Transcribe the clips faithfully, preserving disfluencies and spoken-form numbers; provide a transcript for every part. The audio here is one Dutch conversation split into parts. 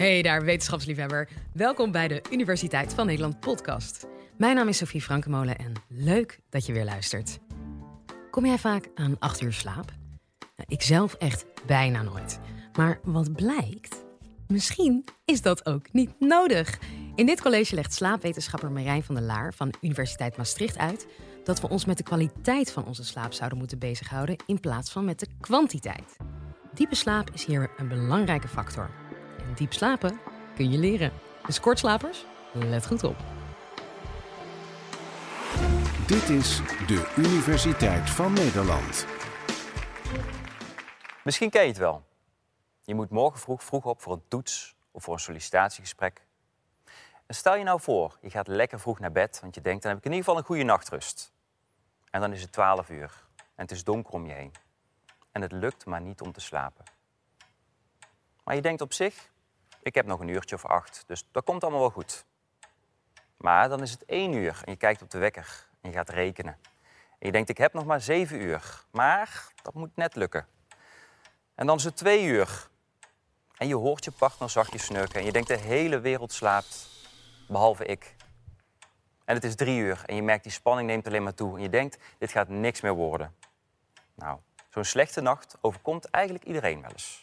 Hey daar, wetenschapsliefhebber. Welkom bij de Universiteit van Nederland podcast. Mijn naam is Sophie Frankemolen en leuk dat je weer luistert. Kom jij vaak aan acht uur slaap? Nou, ik zelf echt bijna nooit. Maar wat blijkt? Misschien is dat ook niet nodig. In dit college legt slaapwetenschapper Marijn van der Laar van de Universiteit Maastricht uit dat we ons met de kwaliteit van onze slaap zouden moeten bezighouden in plaats van met de kwantiteit. Diepe slaap is hier een belangrijke factor. En diep slapen kun je leren. Dus kortslapers, let goed op. Dit is de Universiteit van Nederland. Misschien ken je het wel. Je moet morgen vroeg, vroeg op voor een toets of voor een sollicitatiegesprek. En stel je nou voor, je gaat lekker vroeg naar bed, want je denkt, dan heb ik in ieder geval een goede nachtrust. En dan is het twaalf uur en het is donker om je heen. En het lukt maar niet om te slapen. Maar je denkt op zich, ik heb nog een uurtje of acht, dus dat komt allemaal wel goed. Maar dan is het één uur en je kijkt op de wekker en je gaat rekenen. En je denkt, ik heb nog maar zeven uur, maar dat moet net lukken. En dan is het twee uur en je hoort je partner zachtjes snurken en je denkt, de hele wereld slaapt, behalve ik. En het is drie uur en je merkt, die spanning neemt alleen maar toe. En je denkt, dit gaat niks meer worden. Nou, zo'n slechte nacht overkomt eigenlijk iedereen wel eens.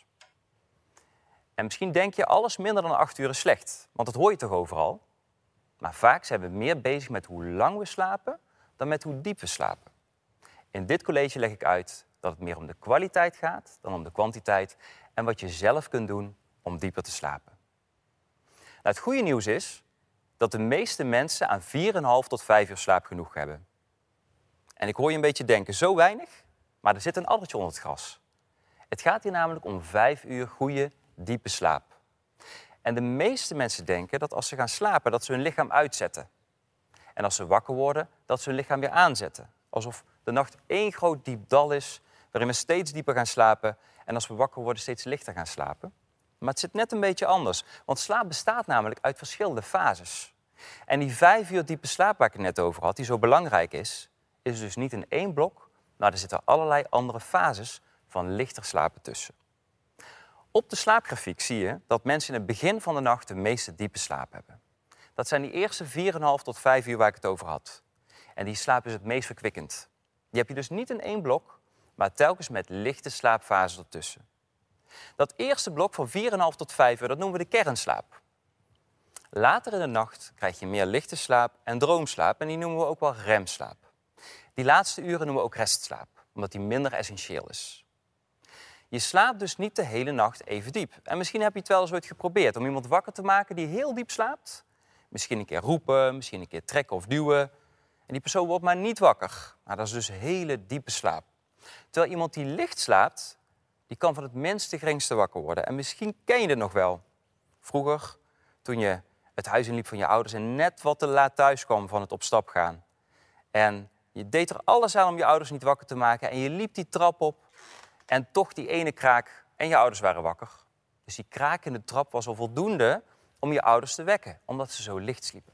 En misschien denk je, alles minder dan acht uur is slecht. Want dat hoor je toch overal? Maar vaak zijn we meer bezig met hoe lang we slapen dan met hoe diep we slapen. In dit college leg ik uit dat het meer om de kwaliteit gaat dan om de kwantiteit. En wat je zelf kunt doen om dieper te slapen. Nou, het goede nieuws is dat de meeste mensen aan vier komma vijf tot vijf uur slaap genoeg hebben. En ik hoor je een beetje denken, zo weinig? Maar er zit een addertje onder het gras. Het gaat hier namelijk om vijf uur goede, diepe slaap. En de meeste mensen denken dat als ze gaan slapen, dat ze hun lichaam uitzetten. En als ze wakker worden, dat ze hun lichaam weer aanzetten. Alsof de nacht één groot diep dal is, waarin we steeds dieper gaan slapen. En als we wakker worden, steeds lichter gaan slapen. Maar het zit net een beetje anders. Want slaap bestaat namelijk uit verschillende fases. En die vijf uur diepe slaap waar ik het net over had, die zo belangrijk is, is dus niet in één blok, maar er zitten allerlei andere fases van lichter slapen tussen. Op de slaapgrafiek zie je dat mensen in het begin van de nacht de meeste diepe slaap hebben. Dat zijn die eerste vier komma vijf tot vijf uur waar ik het over had. En die slaap is het meest verkwikkend. Die heb je dus niet in één blok, maar telkens met lichte slaapfases ertussen. Dat eerste blok van vier komma vijf tot vijf uur, dat noemen we de kernslaap. Later in de nacht krijg je meer lichte slaap en droomslaap en die noemen we ook wel remslaap. Die laatste uren noemen we ook restslaap, omdat die minder essentieel is. Je slaapt dus niet de hele nacht even diep. En misschien heb je het wel eens ooit geprobeerd om iemand wakker te maken die heel diep slaapt. Misschien een keer roepen, misschien een keer trekken of duwen. En die persoon wordt maar niet wakker. Nou, dat is dus hele diepe slaap. Terwijl iemand die licht slaapt, die kan van het minste geringste wakker worden. En misschien ken je het nog wel. Vroeger, toen je het huis inliep van je ouders en net wat te laat thuis kwam van het op stap gaan. En je deed er alles aan om je ouders niet wakker te maken. En je liep die trap op en toch die ene kraak en je ouders waren wakker. Dus die kraak in de trap was al voldoende om je ouders te wekken, omdat ze zo licht sliepen.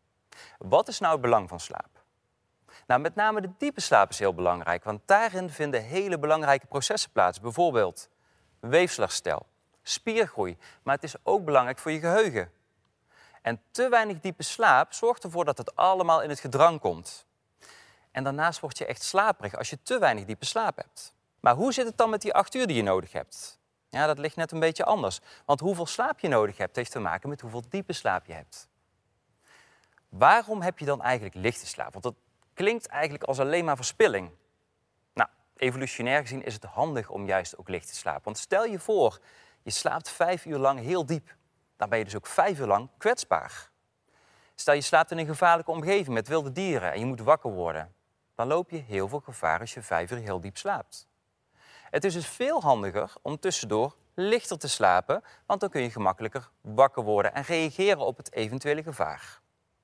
Wat is nou het belang van slaap? Nou, met name de diepe slaap is heel belangrijk, want daarin vinden hele belangrijke processen plaats. Bijvoorbeeld weefselherstel, spiergroei, maar het is ook belangrijk voor je geheugen. En te weinig diepe slaap zorgt ervoor dat het allemaal in het gedrang komt. En daarnaast word je echt slaperig als je te weinig diepe slaap hebt. Maar hoe zit het dan met die acht uur die je nodig hebt? Ja, dat ligt net een beetje anders. Want hoeveel slaap je nodig hebt, heeft te maken met hoeveel diepe slaap je hebt. Waarom heb je dan eigenlijk lichte slaap? Want dat klinkt eigenlijk als alleen maar verspilling. Nou, evolutionair gezien is het handig om juist ook licht te slapen. Want stel je voor, je slaapt vijf uur lang heel diep. Dan ben je dus ook vijf uur lang kwetsbaar. Stel je slaapt in een gevaarlijke omgeving met wilde dieren en je moet wakker worden. Dan loop je heel veel gevaar als je vijf uur heel diep slaapt. Het is dus veel handiger om tussendoor lichter te slapen, want dan kun je gemakkelijker wakker worden en reageren op het eventuele gevaar.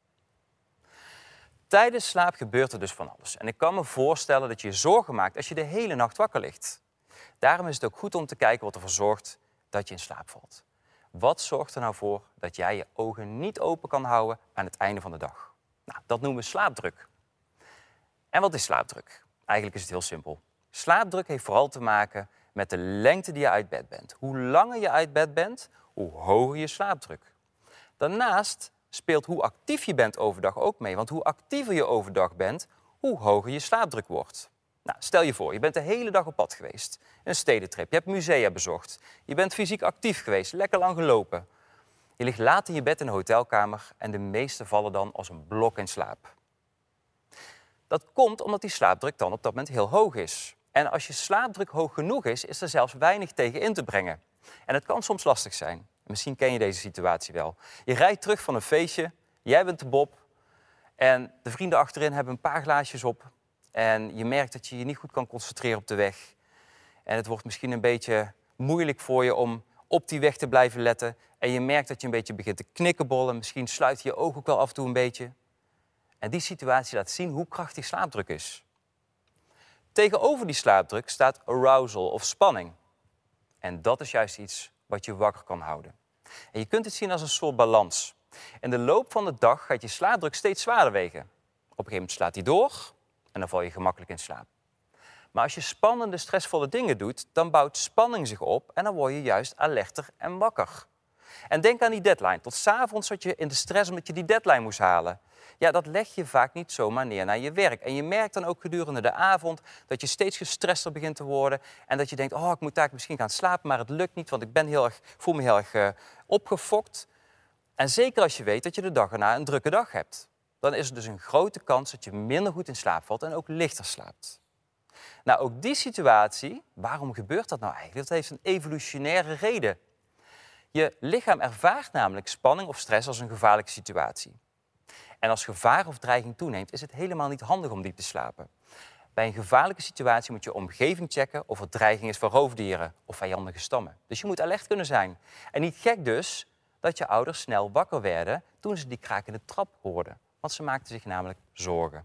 Tijdens slaap gebeurt er dus van alles. En ik kan me voorstellen dat je je zorgen maakt als je de hele nacht wakker ligt. Daarom is het ook goed om te kijken wat ervoor zorgt dat je in slaap valt. Wat zorgt er nou voor dat jij je ogen niet open kan houden aan het einde van de dag? Nou, dat noemen we slaapdruk. En wat is slaapdruk? Eigenlijk is het heel simpel. Slaapdruk heeft vooral te maken met de lengte die je uit bed bent. Hoe langer je uit bed bent, hoe hoger je slaapdruk. Daarnaast speelt hoe actief je bent overdag ook mee. Want hoe actiever je overdag bent, hoe hoger je slaapdruk wordt. Nou, stel je voor, je bent de hele dag op pad geweest. Een stedentrip, je hebt musea bezocht. Je bent fysiek actief geweest, lekker lang gelopen. Je ligt laat in je bed in de hotelkamer en de meesten vallen dan als een blok in slaap. Dat komt omdat die slaapdruk dan op dat moment heel hoog is. En als je slaapdruk hoog genoeg is, is er zelfs weinig tegen in te brengen. En het kan soms lastig zijn. Misschien ken je deze situatie wel. Je rijdt terug van een feestje, jij bent de Bob en de vrienden achterin hebben een paar glaasjes op. En je merkt dat je je niet goed kan concentreren op de weg. En het wordt misschien een beetje moeilijk voor je om op die weg te blijven letten. En je merkt dat je een beetje begint te knikkenbollen. Misschien sluit je je ogen ook wel af en toe een beetje. En die situatie laat zien hoe krachtig slaapdruk is. Tegenover die slaapdruk staat arousal of spanning. En dat is juist iets wat je wakker kan houden. En je kunt het zien als een soort balans. In de loop van de dag gaat je slaapdruk steeds zwaarder wegen. Op een gegeven moment slaat die door en dan val je gemakkelijk in slaap. Maar als je spannende, stressvolle dingen doet, dan bouwt spanning zich op en dan word je juist alerter en wakker. En denk aan die deadline. Tot 's avonds zat je in de stress omdat je die deadline moest halen. Ja, dat leg je vaak niet zomaar neer naar je werk. En je merkt dan ook gedurende de avond dat je steeds gestresster begint te worden. En dat je denkt, oh, ik moet daar misschien gaan slapen, maar het lukt niet, want ik ben heel erg, voel me heel erg uh, opgefokt. En zeker als je weet dat je de dag erna een drukke dag hebt. Dan is er dus een grote kans dat je minder goed in slaap valt en ook lichter slaapt. Nou, ook die situatie, waarom gebeurt dat nou eigenlijk? Dat heeft een evolutionaire reden. Je lichaam ervaart namelijk spanning of stress als een gevaarlijke situatie. En als gevaar of dreiging toeneemt, is het helemaal niet handig om diep te slapen. Bij een gevaarlijke situatie moet je omgeving checken of er dreiging is van roofdieren of vijandige stammen. Dus je moet alert kunnen zijn. En niet gek dus dat je ouders snel wakker werden toen ze die krakende trap hoorden. Want ze maakten zich namelijk zorgen.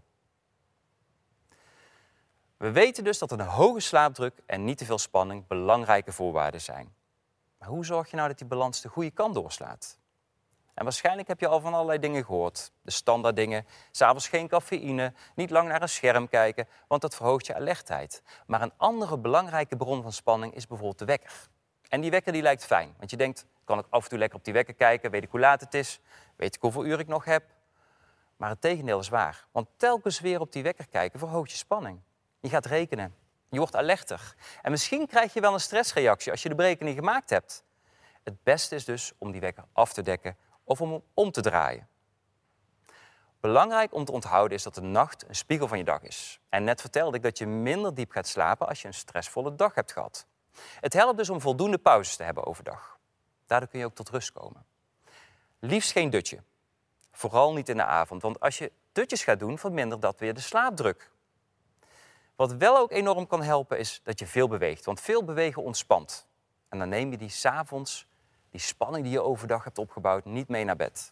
We weten dus dat een hoge slaapdruk en niet te veel spanning belangrijke voorwaarden zijn. Maar hoe zorg je nou dat die balans de goede kant doorslaat? En waarschijnlijk heb je al van allerlei dingen gehoord. De standaard dingen, 's avonds geen cafeïne, niet lang naar een scherm kijken, want dat verhoogt je alertheid. Maar een andere belangrijke bron van spanning is bijvoorbeeld de wekker. En die wekker die lijkt fijn, want je denkt, kan ik af en toe lekker op die wekker kijken, weet ik hoe laat het is, weet ik hoeveel uur ik nog heb. Maar het tegendeel is waar, want telkens weer op die wekker kijken verhoogt je spanning. Je gaat rekenen, je wordt alerter. En misschien krijg je wel een stressreactie als je de berekening gemaakt hebt. Het beste is dus om die wekker af te dekken of om hem om te draaien. Belangrijk om te onthouden is dat de nacht een spiegel van je dag is. En net vertelde ik dat je minder diep gaat slapen als je een stressvolle dag hebt gehad. Het helpt dus om voldoende pauzes te hebben overdag. Daardoor kun je ook tot rust komen. Liefst geen dutje. Vooral niet in de avond, want als je dutjes gaat doen, vermindert dat weer de slaapdruk. Wat wel ook enorm kan helpen is dat je veel beweegt, want veel bewegen ontspant. En dan neem je die 's avonds, die spanning die je overdag hebt opgebouwd, niet mee naar bed.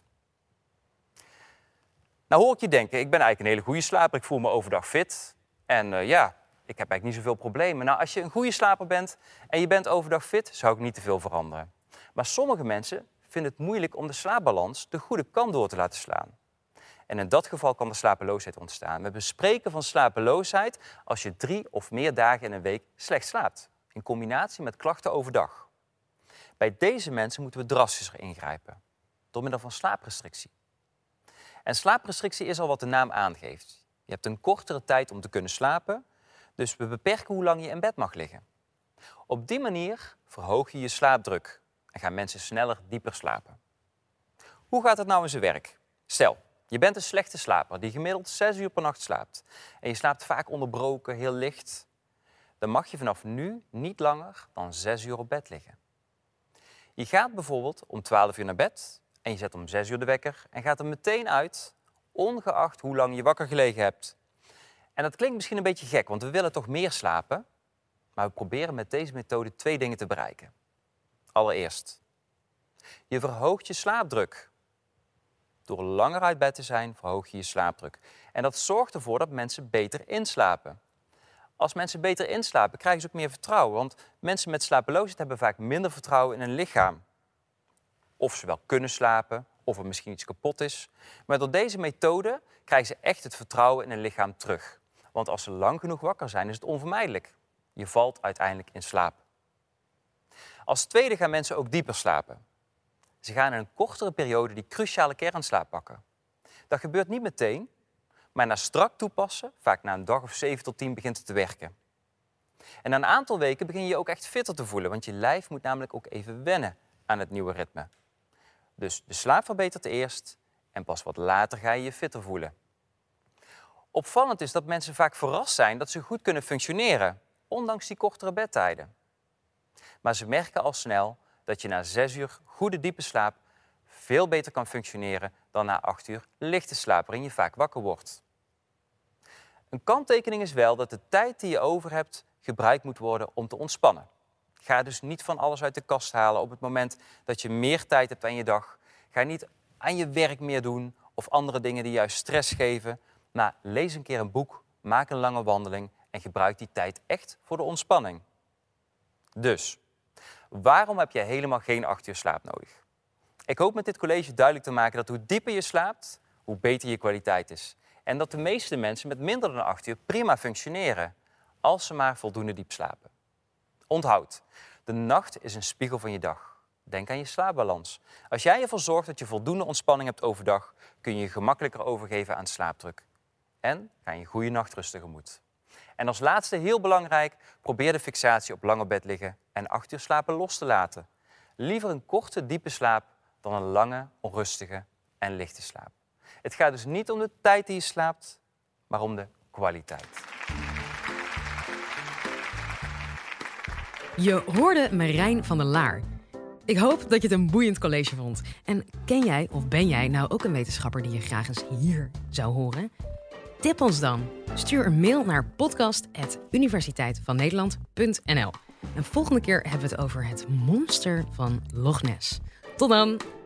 Nou hoor ik je denken, ik ben eigenlijk een hele goede slaper, ik voel me overdag fit. En uh, ja, ik heb eigenlijk niet zoveel problemen. Nou, als je een goede slaper bent en je bent overdag fit, zou ik niet te veel veranderen. Maar sommige mensen vinden het moeilijk om de slaapbalans de goede kant door te laten slaan. En in dat geval kan er slapeloosheid ontstaan. We bespreken van slapeloosheid als je drie of meer dagen in een week slecht slaapt. In combinatie met klachten overdag. Bij deze mensen moeten we drastischer ingrijpen. Door middel van slaaprestrictie. En slaaprestrictie is al wat de naam aangeeft. Je hebt een kortere tijd om te kunnen slapen. Dus we beperken hoe lang je in bed mag liggen. Op die manier verhoog je je slaapdruk. En gaan mensen sneller, dieper slapen. Hoe gaat het nou in zijn werk? Stel, je bent een slechte slaper die gemiddeld zes uur per nacht slaapt. En je slaapt vaak onderbroken, heel licht. Dan mag je vanaf nu niet langer dan zes uur op bed liggen. Je gaat bijvoorbeeld om twaalf uur naar bed en je zet om zes uur de wekker en gaat er meteen uit, ongeacht hoe lang je wakker gelegen hebt. En dat klinkt misschien een beetje gek, want we willen toch meer slapen. Maar we proberen met deze methode twee dingen te bereiken. Allereerst, je verhoogt je slaapdruk. Door langer uit bed te zijn, verhoog je je slaapdruk. En dat zorgt ervoor dat mensen beter inslapen. Als mensen beter inslapen, krijgen ze ook meer vertrouwen. Want mensen met slapeloosheid hebben vaak minder vertrouwen in hun lichaam. Of ze wel kunnen slapen, of er misschien iets kapot is. Maar door deze methode krijgen ze echt het vertrouwen in hun lichaam terug. Want als ze lang genoeg wakker zijn, is het onvermijdelijk. Je valt uiteindelijk in slaap. Als tweede gaan mensen ook dieper slapen. Ze gaan in een kortere periode die cruciale kernslaap pakken. Dat gebeurt niet meteen, maar na strak toepassen, vaak na een dag of zeven tot tien, begint het te werken. En na een aantal weken begin je je ook echt fitter te voelen, want je lijf moet namelijk ook even wennen aan het nieuwe ritme. Dus de slaap verbetert eerst en pas wat later ga je je fitter voelen. Opvallend is dat mensen vaak verrast zijn dat ze goed kunnen functioneren, ondanks die kortere bedtijden. Maar ze merken al snel dat je na zes uur goede diepe slaap veel beter kan functioneren dan na acht uur lichte slaap, waarin je vaak wakker wordt. Een kanttekening is wel dat de tijd die je over hebt gebruikt moet worden om te ontspannen. Ga dus niet van alles uit de kast halen op het moment dat je meer tijd hebt aan je dag. Ga niet aan je werk meer doen of andere dingen die juist stress geven. Maar lees een keer een boek, maak een lange wandeling en gebruik die tijd echt voor de ontspanning. Dus, waarom heb je helemaal geen acht uur slaap nodig? Ik hoop met dit college duidelijk te maken dat hoe dieper je slaapt, hoe beter je kwaliteit is. En dat de meeste mensen met minder dan acht uur prima functioneren, als ze maar voldoende diep slapen. Onthoud, de nacht is een spiegel van je dag. Denk aan je slaapbalans. Als jij ervoor zorgt dat je voldoende ontspanning hebt overdag, kun je je gemakkelijker overgeven aan slaapdruk. En ga je goede nachtrust tegemoet. En als laatste, heel belangrijk, probeer de fixatie op lange bed liggen en acht uur slapen los te laten. Liever een korte, diepe slaap dan een lange, onrustige en lichte slaap. Het gaat dus niet om de tijd die je slaapt, maar om de kwaliteit. Je hoorde Marijn van der Laar. Ik hoop dat je het een boeiend college vond. En ken jij of ben jij nou ook een wetenschapper die je graag eens hier zou horen? Tip ons dan. Stuur een mail naar podcast apenstaartje universiteit van nederland punt n l. En volgende keer hebben we het over het monster van Loch Ness. Tot dan!